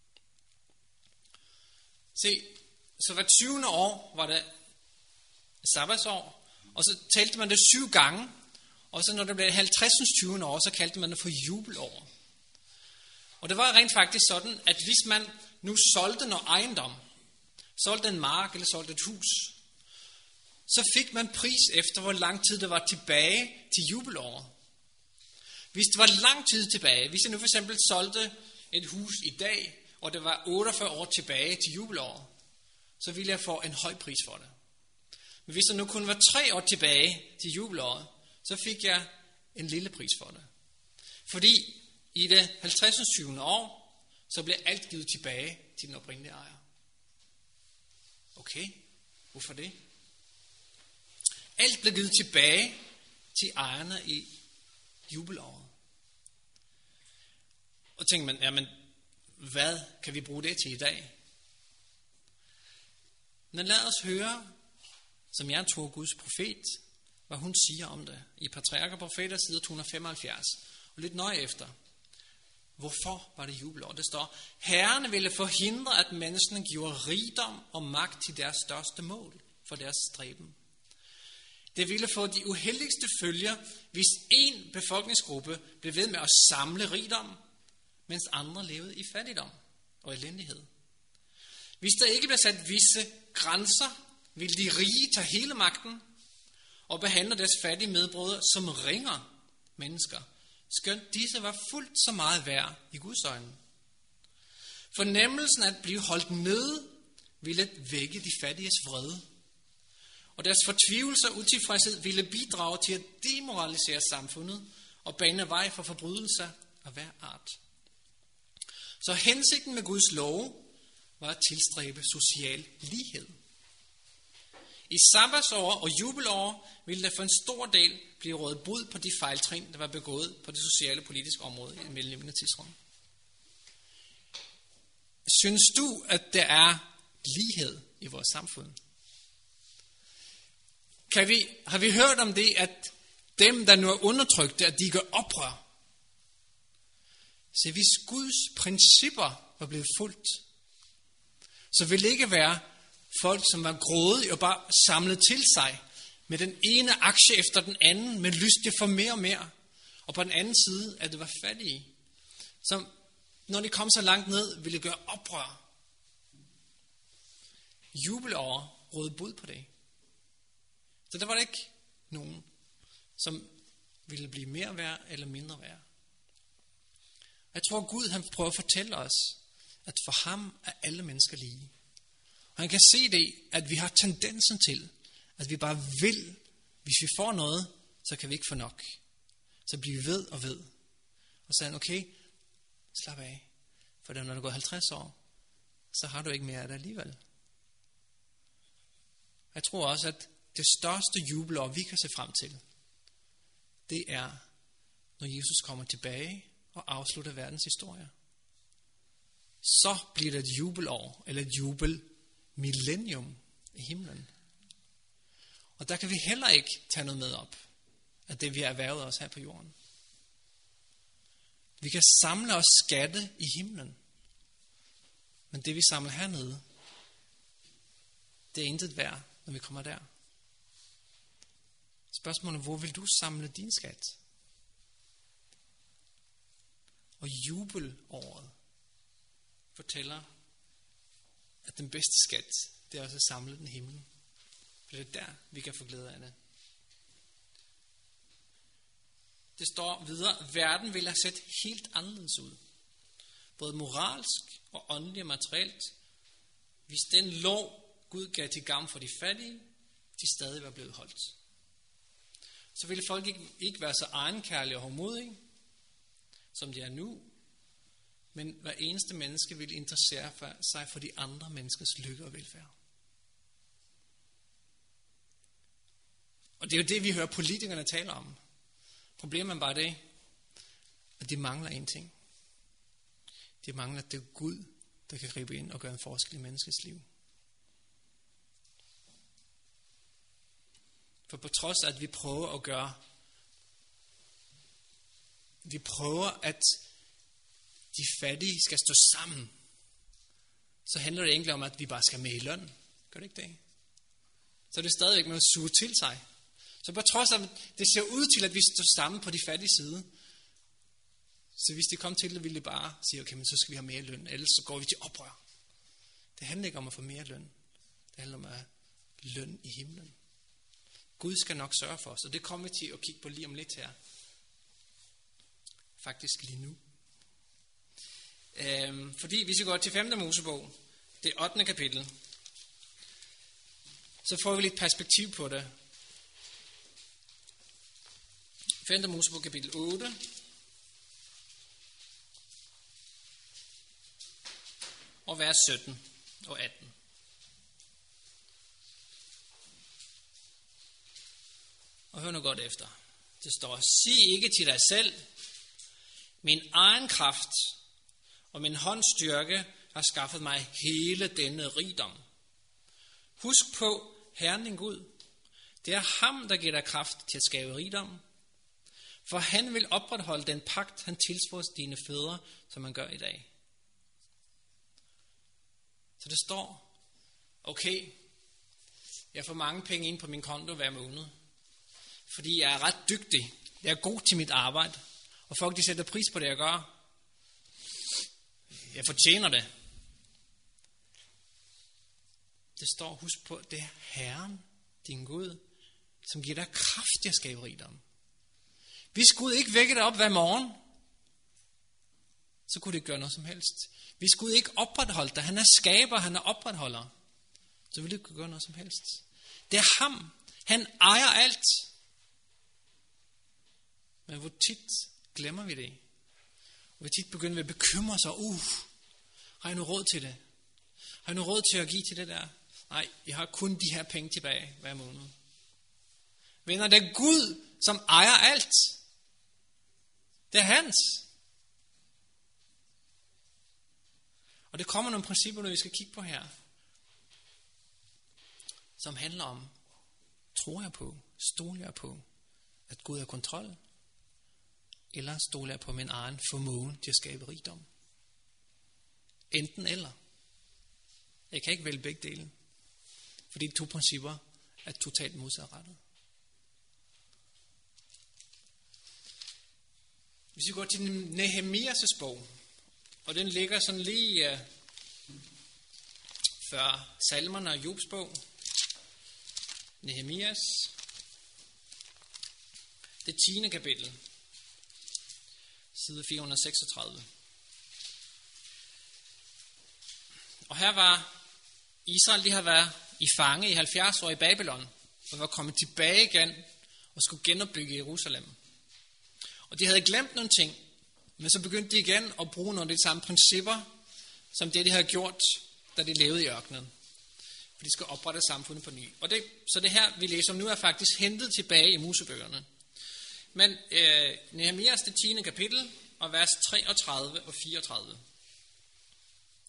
Se, så hvert 20. år var det sabbatsår, og så talte man det 7 gange, og så når det blev 50. 20. år, så kaldte man det for jubelår. Og det var rent faktisk sådan, at hvis man nu solgte noget ejendom, solgte en mark eller solgte et hus, så fik man pris efter, hvor lang tid det var tilbage til jubelåret. Hvis det var lang tid tilbage, hvis jeg nu for eksempel solgte et hus i dag, og det var 48 år tilbage til jubelåret, så ville jeg få en høj pris for det. Men hvis der nu kun var 3 år tilbage til jubelåret, så fik jeg en lille pris for det. Fordi i det 50. 20. år, så blev alt givet tilbage til den oprindelige ejer. Okay, hvorfor det? Alt blev givet tilbage til ejerne i jubelåret. Og tænker man, jamen, hvad kan vi bruge det til i dag? Men lad os høre, som jeg tror Guds profet, hvad hun siger om det. I Patriarker og Profeter, side 275. Og lidt nøje efter. Hvorfor var det jubelår? Det står, Herren ville forhindre, at menneskene giver rigdom og magt til deres største mål for deres stræben. Det ville få de uheldigste følger, hvis en befolkningsgruppe blev ved med at samle rigdom, mens andre levede i fattigdom og elendighed. Hvis der ikke blev sat visse grænser, ville de rige tage hele magten og behandle deres fattige medbrødre som ringer mennesker, skønt disse var fuldt så meget værd i Guds øjne. Fornemmelsen af at blive holdt nede ville vække de fattiges vrede, og deres fortvivlelse og utilfredshed ville bidrage til at demoralisere samfundet og bane vej for forbrydelser af hver art. Så hensigten med Guds lov var at tilstræbe social lighed. I sabbatsår og jubelår ville der for en stor del blive rådet bod på de fejltrin, der var begået på det sociale og politiske område i mellemliggende tidsrum. Synes du, at der er lighed i vores samfund? Har vi hørt om det, at dem, der nu er undertrykte, at de gør oprør? Så hvis Guds principper var blevet fulgt, så ville det ikke være folk, som var grådige og bare samlede til sig med den ene aktie efter den anden, med lyst til for mere og mere. Og på den anden side, at det var fattige, som når de kom så langt ned, ville gøre oprør. Jubelår rådede bud på det. Så der var der ikke nogen, som ville blive mere værd eller mindre værd. Jeg tror, Gud han prøver at fortælle os, at for ham er alle mennesker lige. Og han kan se det, at vi har tendensen til, at vi bare vil, hvis vi får noget, så kan vi ikke få nok. Så bliver vi ved og ved. Og så siger han, okay, slap af. For når du går 50 år, så har du ikke mere af det alligevel. Jeg tror også, at det største jubelår, vi kan se frem til, det er, når Jesus kommer tilbage og afslutter verdens historie. så bliver det et jubelår, eller et jubelmillennium i himlen. Og der kan vi heller ikke tage noget med op af det, vi har erhvervet os her på jorden. Vi kan samle os skatte i himlen. Men det vi samler hernede, det er intet værd, når vi kommer der. Spørgsmålet er, hvor vil du samle din skat? Og jubelåret fortæller, at den bedste skat, det er også at samle den i himlen. For det er der, vi kan få glæde af det. Det står videre, verden vil have set helt anderledes ud. Både moralsk og åndeligt og materielt. Hvis den lov, Gud gav til gavn for de fattige, de stadig var blevet holdt. Så ville folk ikke være så egenkærlige og hårdmodige, som de er nu. Men hver eneste menneske vil interessere sig for de andre menneskers lykke og velfærd. Og det er jo det, vi hører politikerne tale om. Problemet er bare det, at de mangler en ting. De mangler, at det er Gud, der kan gribe ind og gøre en forskel i menneskets liv. For på trods af, at vi prøver at de fattige skal stå sammen, så handler det egentlig om, at vi bare skal med i løn. Gør det ikke det? Så er det stadigvæk med at suge til sig. Så på trods af, at det ser ud til, at vi står sammen på de fattige side, så hvis de kom til det, ville de bare sige, okay, men så skal vi have mere løn, ellers så går vi til oprør. Det handler ikke om at få mere løn. Det handler om at have løn i himlen. Gud skal nok sørge for os, og det kommer vi til at kigge på lige om lidt her. Faktisk lige nu. Fordi hvis vi går til 5. Mosebog, det 8. kapitel, så får vi lidt perspektiv på det. 5. Mosebog kapitel 8. Og vers 17 og 18. Og hør nu godt efter. Det står, sig ikke til dig selv, min egen kraft og min håndstyrke har skaffet mig hele denne rigdom. Husk på Herren din Gud. Det er ham, der giver dig kraft til at skabe rigdom. For han vil opretholde den pagt, han tilsvor dine fædre, som han gør i dag. Så det står, okay, jeg får mange penge ind på min konto hver måned. Fordi jeg er ret dygtig. Jeg er god til mit arbejde. Og folk de sætter pris på det, jeg gør. Jeg fortjener det. Det står, husk på, det er Herren, din Gud, som giver dig kraft til at skabe rigdom. Hvis Gud ikke vækker dig op hver morgen, så kunne det ikke gøre noget som helst. Hvis Gud ikke opretholder dig, han er skaber, han er opretholder, så vil det ikke gøre noget som helst. Det er ham. Han ejer alt. Men hvor tit glemmer vi det? Og hvor tit begynder vi at bekymre sig. Har jeg nu råd til det? Har jeg nu råd til at give til det der? Nej, jeg har kun de her penge tilbage hver måned. Venner, det er Gud, som ejer alt. Det er hans. Og det kommer nogle principper, vi skal kigge på her, som handler om, tror jeg på, stoler jeg på, at Gud har kontrol, eller stoler jeg på min egen formåen til at skabe rigdom? Enten eller. Jeg kan ikke vælge begge dele, fordi de to principper er totalt modsatrettet. Hvis vi går til Nehemias' bog, og den ligger sådan lige før Salmerne og Jobs bog. Nehemias, det 10. kapitel, side 436. Og her var Israel, de har været i fange i 70 år i Babylon, og var kommet tilbage igen og skulle genopbygge Jerusalem. Og de havde glemt nogle ting, men så begyndte de igen at bruge nogle af de samme principper, som det de havde gjort, da de levede i ørkenen. For de skal oprette samfundet på ny. Og så det her, vi læser om nu, er faktisk hentet tilbage i Mosebøgerne. Men Nehemias, det 10. kapitel, og vers 33 og 34.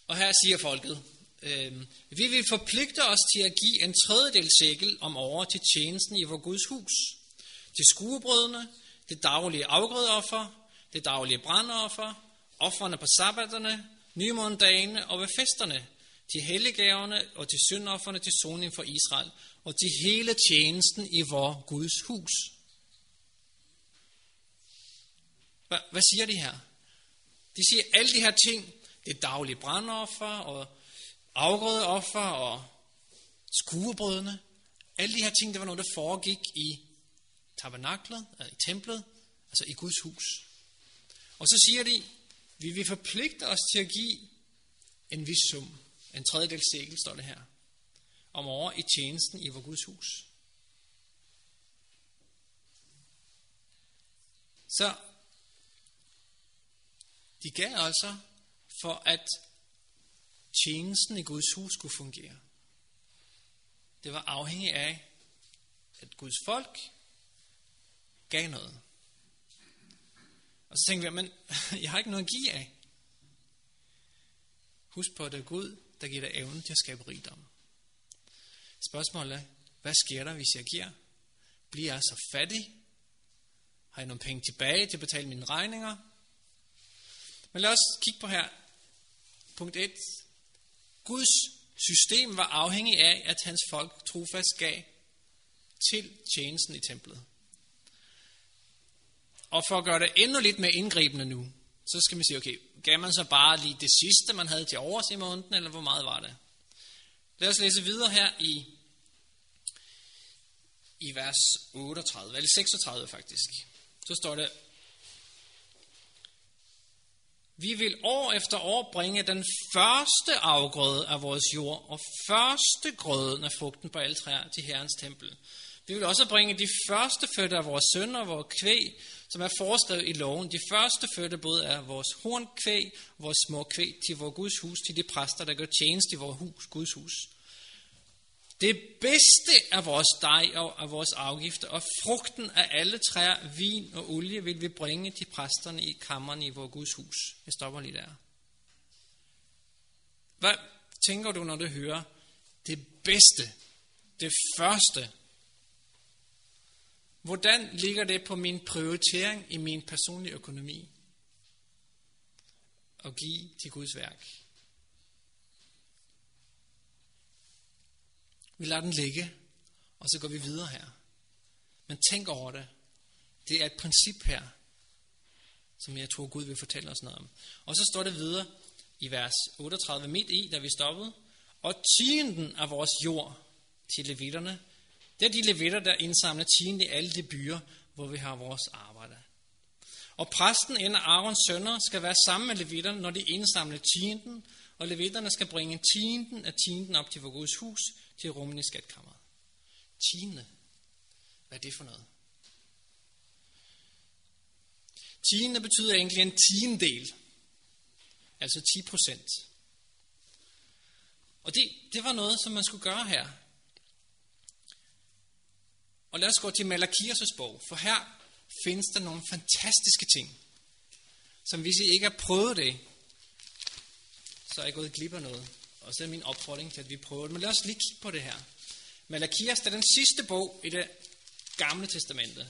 Og her siger folket, vi vil forpligte os til at give en tredjedel shekel om året til tjenesten i vor Guds hus, til skuebrødene, det daglige afgrødeoffer, det daglige brandoffer, ofrene på sabbaterne, nymåndagene og ved festerne, til helliggaverne og til syndofferne til soning for Israel, og til hele tjenesten i vor Guds hus. Hvad siger de her? De siger, alle de her ting, det daglige brandoffer og afgrødeoffer og skuebrødene, alle de her ting, det var noget, der foregik i tabernaklet, i templet, altså i Guds hus. Og så siger de, vi vil forpligte os til at give en vis sum, en tredjedel shekel, står det her, om året i tjenesten i vor Guds hus. Så de gav altså for at tjenesten i Guds hus skulle fungere. Det var afhængigt af, at Guds folk gav noget. Og så tænkte vi, men jeg har ikke noget at give af. Husk på, at det er Gud, der giver dig evnen til at skabe rigdom. Spørgsmålet er, hvad sker der, hvis jeg giver? Bliver jeg så fattig? Har jeg nogle penge tilbage til at betale mine regninger? Men lad os kigge på her. Punkt 1. Guds system var afhængig af, at hans folk trofast gav til tjenesten i templet. Og for at gøre det endnu lidt mere indgribende nu, så skal man sige, okay, gav man så bare lige det sidste, man havde til overs i måneden, eller hvor meget var det? Lad os læse videre her i vers 38, eller 36 faktisk. Så står det, vi vil år efter år bringe den første afgrøde af vores jord, og første grøden af frugten på alle træer til Herrens tempel. Vi vil også bringe de første fødte af vores sønner og vores kvæg, som er foreskrevet i loven. De første fødte både af vores hornkvæg og vores små kvæg til vores Guds hus, til de præster, der gør tjeneste i vores Guds hus. Det bedste af vores dej og af vores afgifter, og frugten af alle træer, vin og olie, vil vi bringe til præsterne i kammerne i vores Guds hus. Jeg stopper lige der. Hvad tænker du, når du hører det bedste, det første? Hvordan ligger det på min prioritering i min personlige økonomi? At give til Guds værk. Vi lader den ligge, og så går vi videre her. Men tænk over det. Det er et princip her, som jeg tror Gud vil fortælle os noget om. Og så står det videre i vers 38 midt i, da vi stoppede. Og tienden af vores jord til levitterne, det er de levitter, der indsamler tienden i alle de byer, hvor vi har vores arbejde. Og præsten, en af Aarons sønner, skal være sammen med levitterne, når de indsamler tienden, og levitterne skal bringe tienden op til vor Guds hus, til rummen i skatkammeret. Tiende. Hvad er det for noget? Tiende betyder egentlig en tiendedel. Altså 10%. Og det var noget, som man skulle gøre her. Og lad os gå til Malakias' bog, for her findes der nogle fantastiske ting, som hvis I ikke har prøvet det, så er jeg gået glip af noget. Og så er min opfordring til, at vi prøver det. Men lad os lige kigge på det her. Malakias er den sidste bog i det gamle testamente.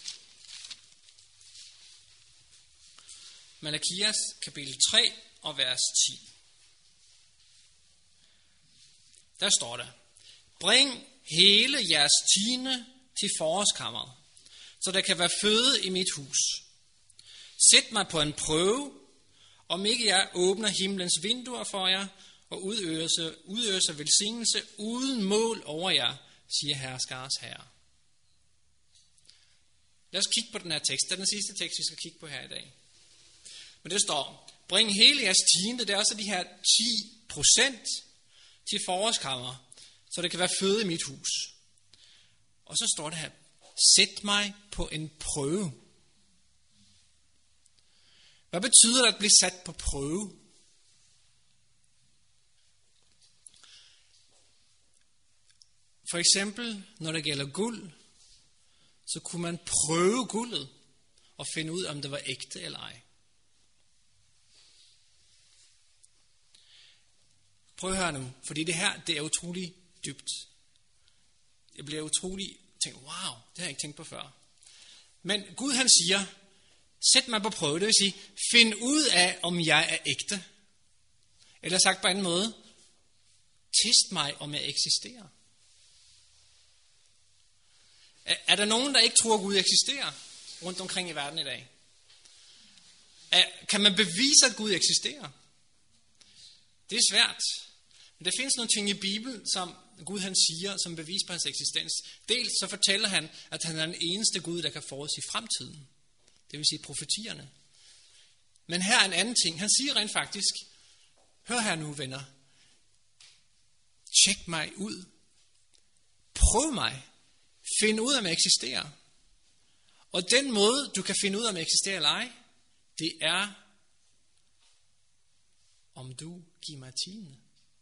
Malakias kapitel 3 og vers 10. Der står der, bring hele jeres tiende til forårskammeret, så der kan være føde i mit hus. Sæt mig på en prøve, om ikke jeg åbner himlens vinduer for jer, og udøser velsignelse uden mål over jer, siger herskars herre. Lad os kigge på den her tekst. Det er den sidste tekst, vi skal kigge på her i dag. Men det står, bring hele jeres tiende, det er også de her 10% til forårskammer, så det kan være føde i mit hus. Og så står det her, sæt mig på en prøve. Hvad betyder det at blive sat på prøve? For eksempel, når det gælder guld, så kunne man prøve guldet og finde ud, om det var ægte eller ej. Prøv at høre nu, fordi det her, det er utrolig dybt. Jeg bliver utrolig tænkt, wow, det har jeg ikke tænkt på før. Men Gud han siger, sæt mig på prøve, det vil sige, find ud af, om jeg er ægte. Eller sagt på en anden måde, test mig, om jeg eksisterer. Er der nogen, der ikke tror, at Gud eksisterer rundt omkring i verden i dag? Kan man bevise, at Gud eksisterer? Det er svært. Men der findes nogle ting i Bibelen, som Gud han siger, som bevis på hans eksistens. Dels så fortæller han, at han er den eneste Gud, der kan forudsige fremtiden. Det vil sige profetierne. Men her er en anden ting. Han siger rent faktisk, hør her nu venner, tjek mig ud. Prøv mig. Find ud af, om jeg eksisterer. Og den måde, du kan finde ud af, om jeg eksisterer eller ej, det er, om du giver mig tiende.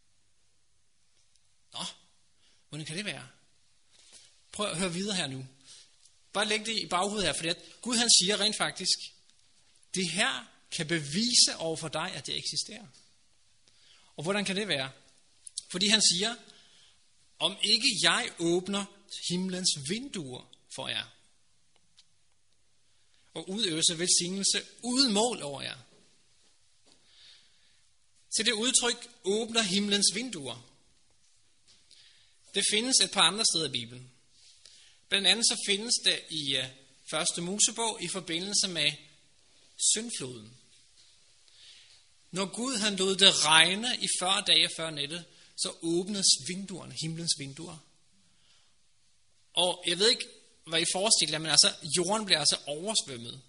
Nå, hvordan kan det være? Prøv at høre videre her nu. Bare læg det i baghovedet her, fordi at Gud han siger rent faktisk, det her kan bevise over for dig, at det eksisterer. Og hvordan kan det være? Fordi han siger, om ikke jeg åbner himlens vinduer for jer, og udøser velsignelse uden mål over jer. Så det udtryk, åbner himlens vinduer, det findes et par andre steder i Bibelen. Blandt andet så findes det i 1. Mosebog i forbindelse med syndfloden. Når Gud han lod det regne i 40 dage før nettet, så åbnes vinduerne, himlens vinduer. Og jeg ved ikke, hvad I forestiller jer, men altså jorden bliver altså oversvømmet.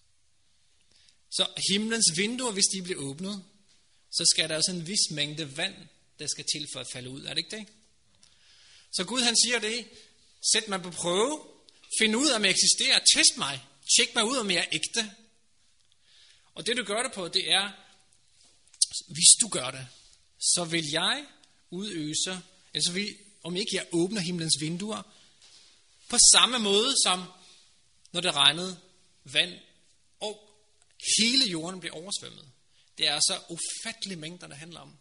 Så himlens vinduer, hvis de bliver åbnet, så skal der også en vis mængde vand, der skal til for at falde ud. Er det ikke det? Så Gud han siger det, sæt mig på prøve, find ud af, om jeg eksisterer, test mig, tjek mig ud, om jeg er ægte. Og det du gør det på, det er, hvis du gør det, så vil jeg udøse, altså vil, om ikke jeg åbner himlens vinduer, på samme måde som når det regnede vand, og hele jorden bliver oversvømmet. Det er altså ufattelige mængder, der handler om.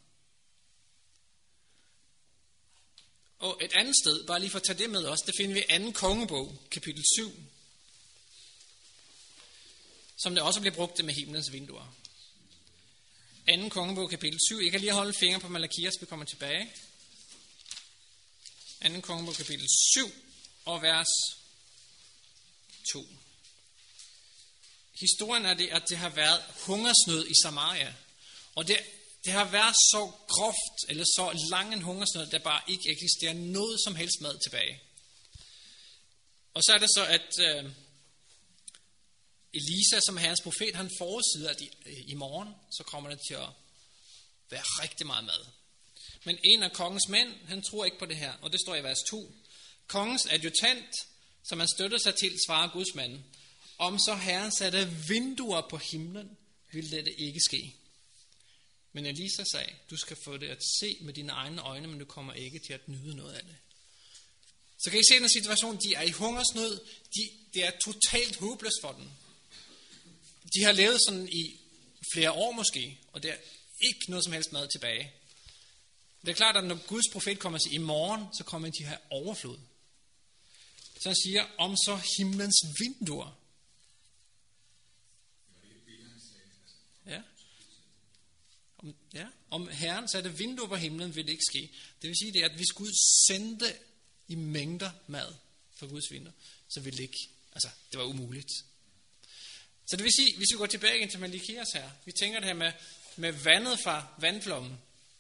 Og et andet sted, bare lige for at tage det med os, det finder vi i 2. kongebog, kapitel 7, som det også bliver brugt med himlens vinduer. 2. kongebog, kapitel 7. Jeg kan lige holde fingre på Malakias, vi kommer tilbage. 2. kongebog, kapitel 7 og vers 2. Historien er det, at det har været hungersnød i Samaria. Og det har været så groft, eller så lang en hungersnød, der bare ikke eksisterer noget som helst mad tilbage. Og så er det så, at Elisa, som er herrens profet, han forudsiger, at i morgen, så kommer det til at være rigtig meget mad. Men en af kongens mænd, han tror ikke på det her, og det står i vers 2. Kongens adjutant, som han støtter sig til, svarer gudsmanden, om så herren satte vinduer på himlen, ville dette ikke ske. Men Elisa sagde, du skal få det at se med dine egne øjne, men du kommer ikke til at nyde noget af det. Så kan I se den situation, de er i hungersnød, det er totalt håbløst for dem. De har levet sådan i flere år måske, og der er ikke noget som helst mad tilbage. Det er klart, at når Guds profet kommer til i morgen, så kommer de her overflod. Så han siger, om så himlens vinduer. Om Herren satte vinduer på himlen, vil det ikke ske. Det vil sige, det er, at hvis Gud sendte i mængder mad fra Guds vinduer, så ville det ikke, altså det var umuligt. Så det vil sige, hvis vi går tilbage ind til Malakias her, vi tænker det her med vandet fra vandflommen.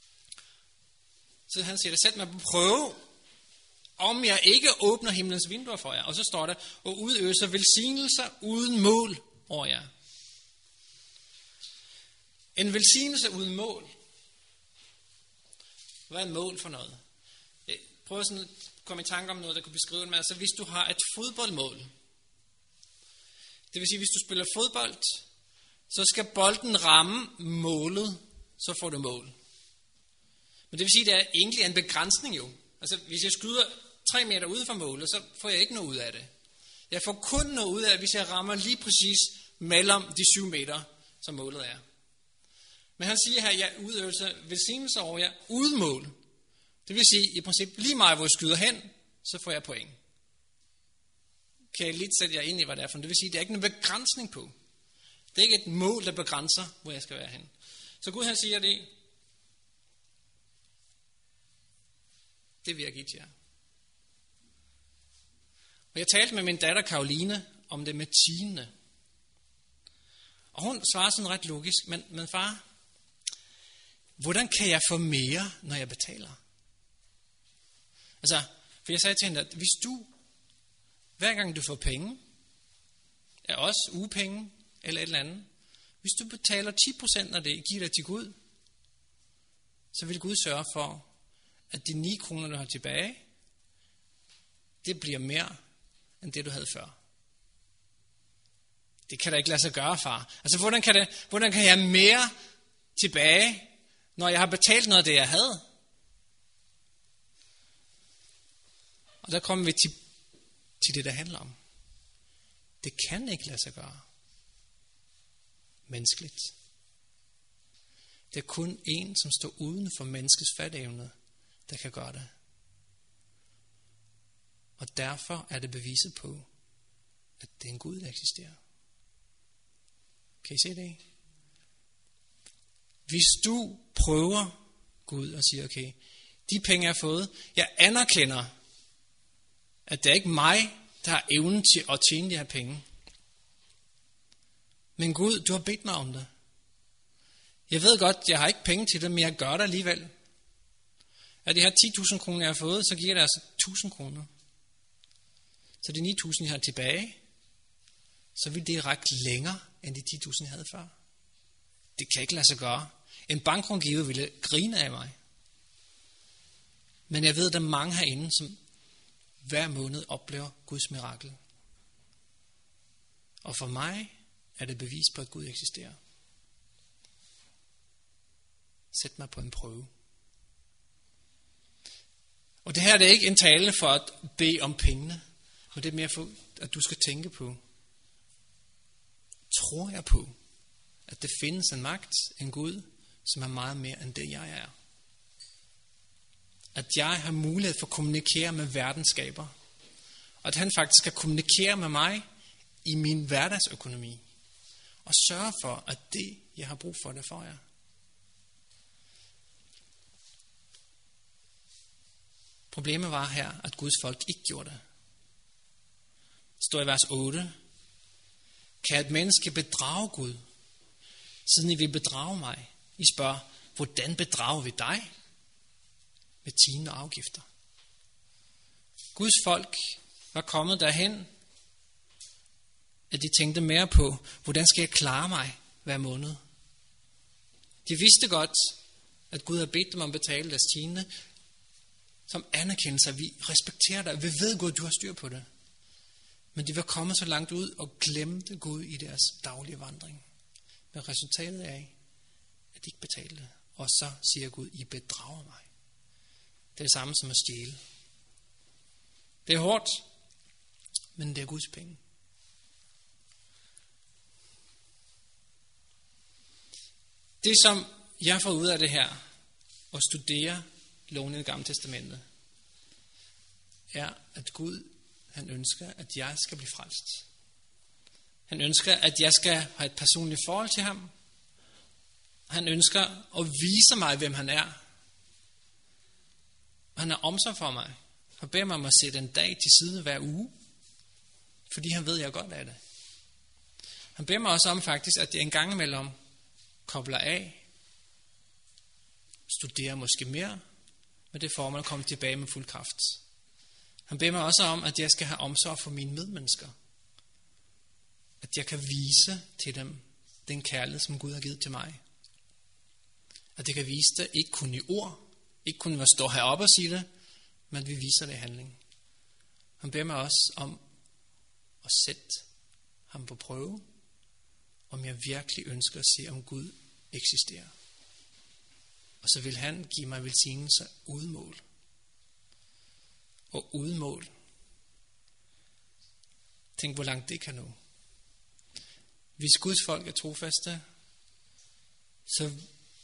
Så han siger, sæt mig på prøve, om jeg ikke åbner himlens vinduer for jer. Og så står der, og udøser velsignelser uden mål over jer. En velsignelse uden mål. Hvad er mål for noget? Prøv sådan at komme i tanke om noget, der kunne beskrive det med. Altså hvis du har et fodboldmål, det vil sige, hvis du spiller fodbold, så skal bolden ramme målet, så får du mål. Men det vil sige, at det er egentlig en begrænsning jo. Altså hvis jeg skyder 3 meter ude fra målet, så får jeg ikke noget ud af det. Jeg får kun noget ud af, hvis jeg rammer lige præcis mellem de 7 meter, som målet er. Men han siger her, at jeg udøvelse velsignelse over jer udmål. Det vil sige, i princippet lige meget, hvor jeg skyder hen, så får jeg point. Kan jeg lidt sætte jer ind i, hvad det er for? Det vil sige, at der er ikke nogen begrænsning på. Det er ikke et mål, der begrænser, hvor jeg skal være hen. Så Gud han siger det. Det vil jeg give til jer. Og jeg talte med min datter Karoline om det med tiende. Og hun svarer sådan ret logisk, men far, hvordan kan jeg få mere, når jeg betaler? Altså, for jeg sagde til hende, at hvis du, hver gang du får penge, af os, ugepenge, eller et eller andet, hvis du betaler 10% af det, giver det til Gud, så vil Gud sørge for, at de 9 kroner, du har tilbage, det bliver mere, end det du havde før. Det kan da ikke lade sig gøre, far. Altså, hvordan kan jeg have mere tilbage, når jeg har betalt noget af det, jeg havde? Og der kommer vi til det, der handler om. Det kan ikke lade sig gøre. Menneskeligt. Det er kun en, som står uden for menneskets fatteevne, der kan gøre det. Og derfor er det beviset på, at det er en Gud, der eksisterer. Kan I se det? Hvis du prøver Gud og siger, okay, de penge jeg har fået, jeg anerkender, at det er ikke mig, der har evnen til at tjene de her penge. Men Gud, du har bedt mig om det. Jeg ved godt, jeg har ikke penge til det, men jeg gør det alligevel. Af de her 10.000 kroner, jeg har fået, så giver det altså 1.000 kroner. Så de 9.000, jeg har tilbage, så vil det række længere, end de 10.000, jeg havde før. Det kan ikke lade sig gøre. En bankrådgiver ville grine af mig. Men jeg ved, at der er mange herinde, som hver måned oplever Guds mirakel. Og for mig er det bevis på, at Gud eksisterer. Sæt mig på en prøve. Og det her det er ikke en tale for at bede om pengene, men det er mere for, at du skal tænke på, tror jeg på, at det findes en magt, en Gud, som er meget mere end det, jeg er. At jeg har mulighed for at kommunikere med verdens skaber. Og at han faktisk skal kommunikere med mig i min hverdagsøkonomi. Og sørge for, at det, jeg har brug for, det får jeg. Problemet var her, at Guds folk ikke gjorde det. Står i vers 8. Kan et menneske bedrage Gud, siden I vil bedrage mig? I spørger, hvordan bedrager vi dig? Med tiende og afgifter. Guds folk var kommet derhen, at de tænkte mere på, hvordan skal jeg klare mig hver måned? De vidste godt, at Gud havde bedt dem om at betale deres tiende, som anerkendelse, at vi respekterer dig, vi ved Gud, du har styr på det. Men de var kommet så langt ud og glemte Gud i deres daglige vandring. Men resultatet er, at de ikke betalte. Og så siger Gud, I bedrager mig. Det er det samme som at stjæle. Det er hårdt, men det er Guds penge. Det som jeg får ud af det her, at studere loven i Det Gamle Testamente, er, at Gud, han ønsker, at jeg skal blive frelst. Han ønsker, at jeg skal have et personligt forhold til ham. Han ønsker at vise mig, hvem han er. Han er omsorg for mig. Han beder mig om at sætte en dag til side hver uge, fordi han ved, at jeg godt af det. Han beder mig også om faktisk, at jeg en gang imellem kobler af, studerer måske mere, med det formål at komme tilbage med fuld kraft. Han beder mig også om, at jeg skal have omsorg for mine medmennesker. At jeg kan vise til dem den kærlighed, som Gud har givet til mig. At jeg kan vise det ikke kun i ord, ikke kun ved at stå heroppe og sige det, men at vi viser det i handling. Han beder mig også om at sætte ham på prøve, om jeg virkelig ønsker at se, om Gud eksisterer. Og så vil han give mig velsignelse udmål. Og udmål. Tænk, hvor langt det kan nå. Hvis Guds folk er trofaste, så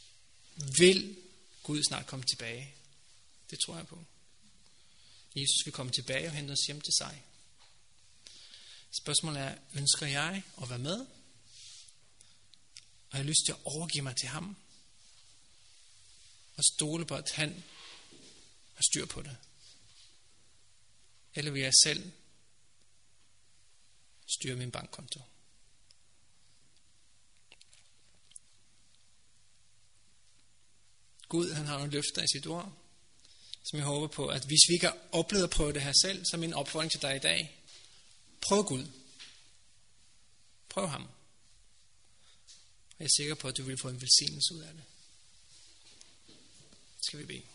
vil Gud snart komme tilbage. Det tror jeg på. Jesus vil komme tilbage og hente os hjem til sig. Spørgsmålet er, ønsker jeg at være med? Og jeg har lyst til at overgive mig til ham? Og stole på, at han har styr på det? Eller vil jeg selv styre min bankkonto? Gud, han har nogle løfter i sit ord, som jeg håber på, at hvis vi ikke har oplevet at prøve det her selv, så er min opfordring til dig i dag: prøv Gud. Prøv ham. Jeg er sikker på, at du vil få en velsignelse ud af det. Skal vi bede.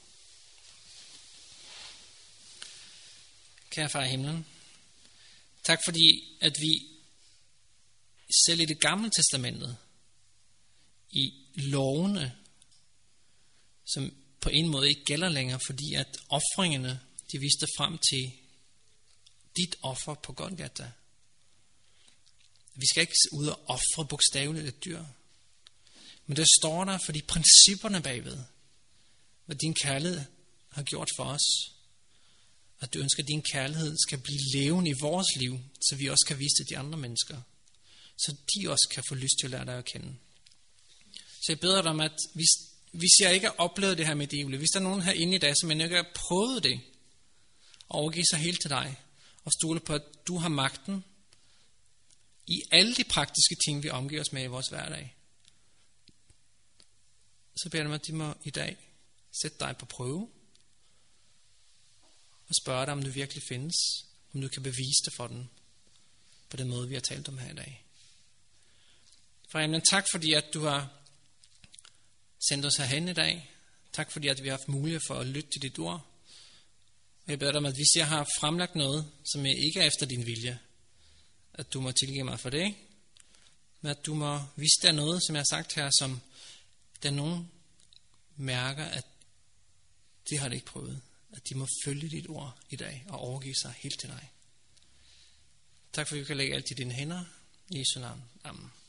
Kære far i himlen, tak fordi, at vi selv i det gamle testamentet, i lovene, som på en måde ikke gælder længere, fordi at ofringerne, de viste frem til dit offer på Golgata. Vi skal ikke ud og ofre bogstaveligt et dyr, men det står der, fordi principperne bagved, hvad din kærlighed har gjort for os, at du ønsker, at din kærlighed skal blive levende i vores liv, så vi også kan vise det de andre mennesker, så de også kan få lyst til at lære dig at kende. Så jeg beder dig om, at hvis jeg ikke har oplevet det her med det, hvis der er nogen herinde i dag, som endnu ikke har prøvet det, overgive sig helt til dig, og stole på, at du har magten i alle de praktiske ting, vi omgiver os med i vores hverdag, så beder jeg dem, at de må i dag sætte dig på prøve, og spørge dig, om du virkelig findes, om du kan bevise det for den, på den måde, vi har talt om her i dag. Far, jamen, tak fordi, at du har sendt os herhen i dag. Tak fordi, at vi har haft mulighed for at lytte til dit ord. Og jeg beder dig om, at hvis jeg har fremlagt noget, som ikke er efter din vilje, at du må tilgive mig for det, men at du må vise der noget, som jeg har sagt her, som der nogen mærker, at det har det ikke prøvet. At de må følge dit ord i dag og overgive sig helt til dig. Tak for, at vi kan lægge alt i dine hænder. I Jesu navn. Amen.